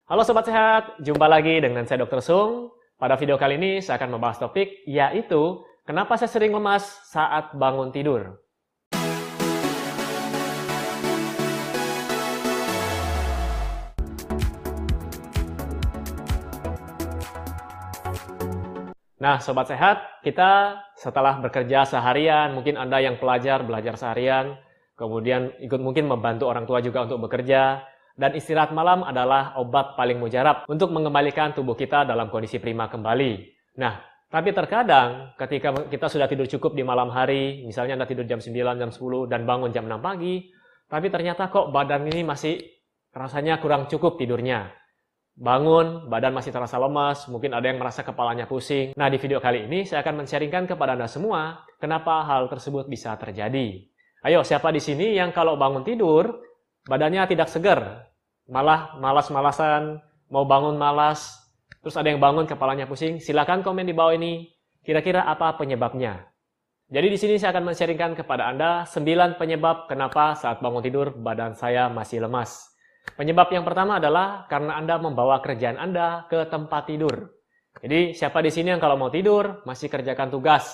Halo Sobat Sehat, jumpa lagi dengan saya Dr. Sung. Pada video kali ini saya akan membahas topik, yaitu kenapa saya sering lemas saat bangun tidur. Nah Sobat Sehat, kita setelah bekerja seharian, mungkin Anda yang pelajar, belajar seharian, kemudian ikut mungkin membantu orang tua juga untuk bekerja, dan istirahat malam adalah obat paling mujarab untuk mengembalikan tubuh kita dalam kondisi prima kembali. Nah, tapi terkadang ketika kita sudah tidur cukup di malam hari, misalnya Anda tidur jam 9, jam 10, dan bangun jam 6 pagi, tapi ternyata kok badan ini masih rasanya kurang cukup tidurnya. Bangun, badan masih terasa lemas, mungkin ada yang merasa kepalanya pusing. Nah, di video kali ini saya akan men-sharingkan kepada Anda semua kenapa hal tersebut bisa terjadi. Ayo, siapa di sini yang kalau bangun tidur, badannya tidak segar, malah malas-malasan, mau bangun malas, terus ada yang bangun kepalanya pusing? Silakan komen di bawah ini, kira-kira apa penyebabnya. Jadi di sini saya akan men-sharingkan kepada Anda 9 penyebab kenapa saat bangun tidur badan saya masih lemas. Penyebab yang pertama adalah karena Anda membawa kerjaan Anda ke tempat tidur. Jadi siapa di sini yang kalau mau tidur masih kerjakan tugas,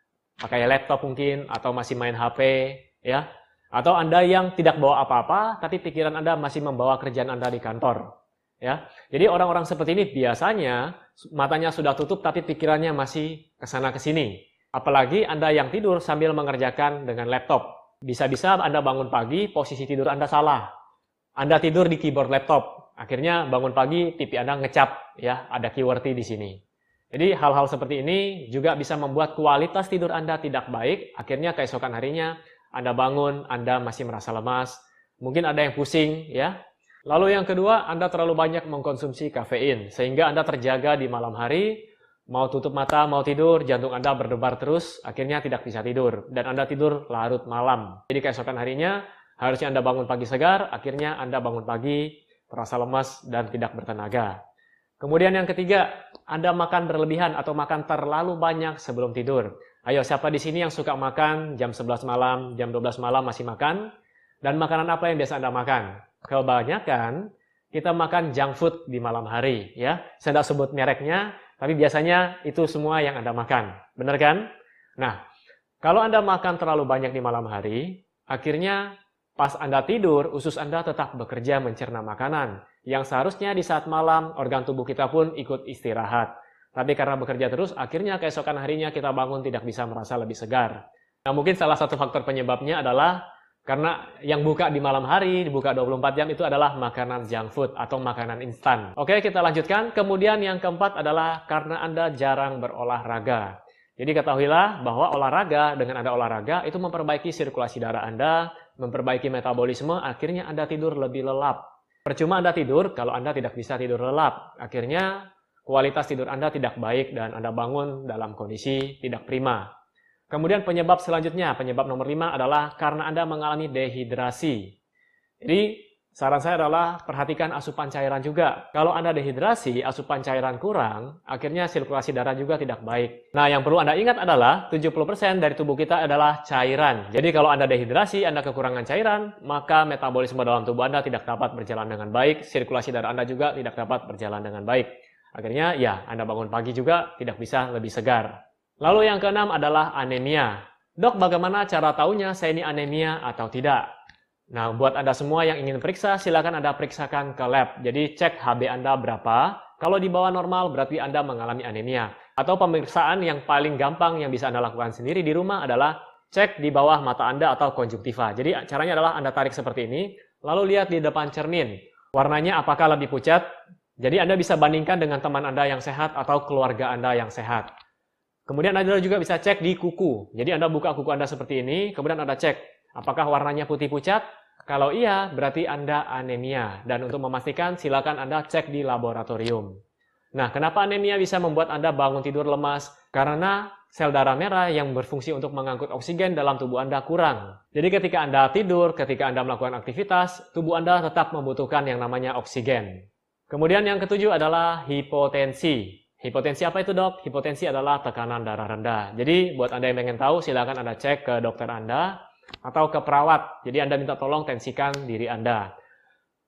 pakai laptop mungkin, atau masih main HP, ya? Atau Anda yang tidak bawa apa-apa, tapi pikiran Anda masih membawa kerjaan Anda di kantor, ya? Jadi orang-orang seperti ini biasanya matanya sudah tutup, tapi pikirannya masih kesana kesini. Apalagi Anda yang tidur sambil mengerjakan dengan laptop. Bisa-bisa Anda bangun pagi, posisi tidur Anda salah. Anda tidur di keyboard laptop, akhirnya bangun pagi pipi Anda ngecap, ya, ada QWERTY di sini. Jadi hal-hal seperti ini juga bisa membuat kualitas tidur Anda tidak baik, akhirnya keesokan harinya Anda bangun, Anda masih merasa lemas, mungkin ada yang pusing, ya. Lalu yang kedua, Anda terlalu banyak mengkonsumsi kafein, sehingga Anda terjaga di malam hari, mau tutup mata, mau tidur, jantung Anda berdebar terus, akhirnya tidak bisa tidur, dan Anda tidur larut malam. Jadi keesokan harinya, harusnya Anda bangun pagi segar, akhirnya Anda bangun pagi terasa lemas dan tidak bertenaga. Kemudian yang ketiga, Anda makan berlebihan atau makan terlalu banyak sebelum tidur. Ayo, siapa di sini yang suka makan jam 11 malam, jam 12 malam masih makan? Dan makanan apa yang biasa Anda makan? Kebanyakan kita makan junk food di malam hari, ya. Saya tidak sebut mereknya, tapi biasanya itu semua yang Anda makan. Benar kan? Nah, kalau Anda makan terlalu banyak di malam hari, akhirnya pas Anda tidur, usus Anda tetap bekerja mencerna makanan, yang seharusnya di saat malam, organ tubuh kita pun ikut istirahat. Tapi karena bekerja terus, akhirnya keesokan harinya kita bangun tidak bisa merasa lebih segar. Nah, mungkin salah satu faktor penyebabnya adalah karena yang buka di malam hari, dibuka 24 jam itu adalah makanan junk food atau makanan instan. Oke, kita lanjutkan. Kemudian yang keempat adalah karena Anda jarang berolahraga. Jadi ketahuilah bahwa olahraga, dengan Anda olahraga, itu memperbaiki sirkulasi darah Anda, memperbaiki metabolisme, akhirnya Anda tidur lebih lelap. Percuma Anda tidur kalau Anda tidak bisa tidur lelap. Akhirnya kualitas tidur Anda tidak baik dan Anda bangun dalam kondisi tidak prima. Kemudian penyebab selanjutnya, penyebab nomor 5 adalah karena Anda mengalami dehidrasi. Jadi saran saya adalah perhatikan asupan cairan juga. Kalau Anda dehidrasi, asupan cairan kurang, akhirnya sirkulasi darah juga tidak baik. Nah, yang perlu Anda ingat adalah 70% dari tubuh kita adalah cairan. Jadi kalau Anda dehidrasi, Anda kekurangan cairan, maka metabolisme dalam tubuh Anda tidak dapat berjalan dengan baik, sirkulasi darah Anda juga tidak dapat berjalan dengan baik. Akhirnya, ya, Anda bangun pagi juga tidak bisa lebih segar. Lalu yang keenam adalah anemia. Dok, bagaimana cara taunya saya ini anemia atau tidak? Nah, buat Anda semua yang ingin periksa, silakan Anda periksakan ke lab. Jadi cek HB Anda berapa. Kalau di bawah normal berarti Anda mengalami anemia. Atau pemeriksaan yang paling gampang yang bisa Anda lakukan sendiri di rumah adalah cek di bawah mata Anda atau konjungtiva. Jadi caranya adalah Anda tarik seperti ini, lalu lihat di depan cermin. Warnanya apakah lebih pucat? Jadi Anda bisa bandingkan dengan teman Anda yang sehat atau keluarga Anda yang sehat. Kemudian Anda juga bisa cek di kuku. Jadi Anda buka kuku Anda seperti ini, kemudian Anda cek apakah warnanya putih pucat. Kalau iya, berarti Anda anemia. Dan untuk memastikan, silakan Anda cek di laboratorium. Nah, kenapa anemia bisa membuat Anda bangun tidur lemas? Karena sel darah merah yang berfungsi untuk mengangkut oksigen dalam tubuh Anda kurang. Jadi ketika Anda tidur, ketika Anda melakukan aktivitas, tubuh Anda tetap membutuhkan yang namanya oksigen. Kemudian yang ketujuh adalah hipotensi. Hipotensi apa itu, dok? Hipotensi adalah tekanan darah rendah. Jadi buat Anda yang pengen tahu, silakan Anda cek ke dokter Anda atau ke perawat. Jadi Anda minta tolong tensikan diri Anda.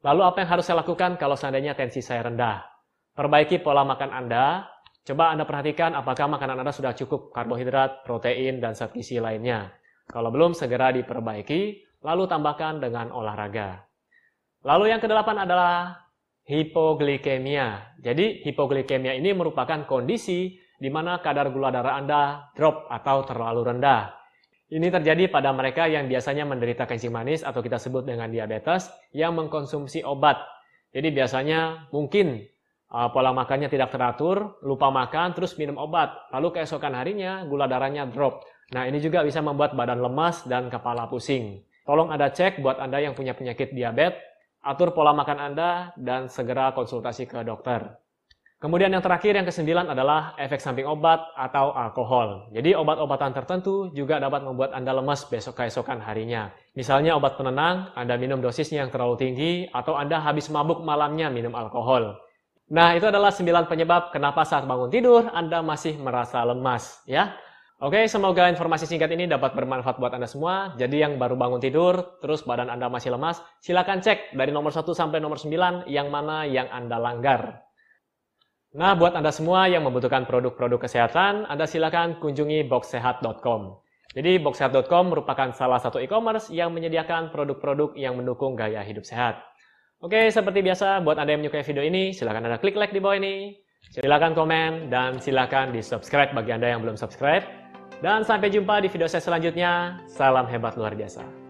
Lalu apa yang harus saya lakukan kalau seandainya tensi saya rendah? Perbaiki pola makan Anda. Coba Anda perhatikan apakah makanan Anda sudah cukup karbohidrat, protein, dan zat gizi lainnya. Kalau belum, segera diperbaiki, lalu tambahkan dengan olahraga. Lalu yang kedelapan adalah hipoglikemia. Jadi hipoglikemia ini merupakan kondisi di mana kadar gula darah Anda drop atau terlalu rendah. Ini terjadi pada mereka yang biasanya menderita kencing manis atau kita sebut dengan diabetes yang mengkonsumsi obat. Jadi biasanya mungkin pola makannya tidak teratur, lupa makan, terus minum obat. Lalu keesokan harinya gula darahnya drop. Nah, ini juga bisa membuat badan lemas dan kepala pusing. Tolong Anda cek buat Anda yang punya penyakit diabetes, atur pola makan Anda dan segera konsultasi ke dokter. Kemudian yang terakhir, yang ke-9 adalah efek samping obat atau alkohol. Jadi obat-obatan tertentu juga dapat membuat Anda lemas keesokan harinya. Misalnya obat penenang, Anda minum dosisnya yang terlalu tinggi, atau Anda habis mabuk malamnya minum alkohol. Nah, itu adalah 9 penyebab kenapa saat bangun tidur Anda masih merasa lemas, ya. Oke, semoga informasi singkat ini dapat bermanfaat buat Anda semua. Jadi yang baru bangun tidur, terus badan Anda masih lemas, silakan cek dari nomor 1 sampai nomor 9 yang mana yang Anda langgar. Nah, buat Anda semua yang membutuhkan produk-produk kesehatan, Anda silakan kunjungi boxsehat.com. Jadi, boxsehat.com merupakan salah satu e-commerce yang menyediakan produk-produk yang mendukung gaya hidup sehat. Oke, seperti biasa, buat Anda yang menyukai video ini, silakan Anda klik like di bawah ini, silakan komen, dan silakan di-subscribe bagi Anda yang belum subscribe. Dan sampai jumpa di video saya selanjutnya. Salam hebat luar biasa.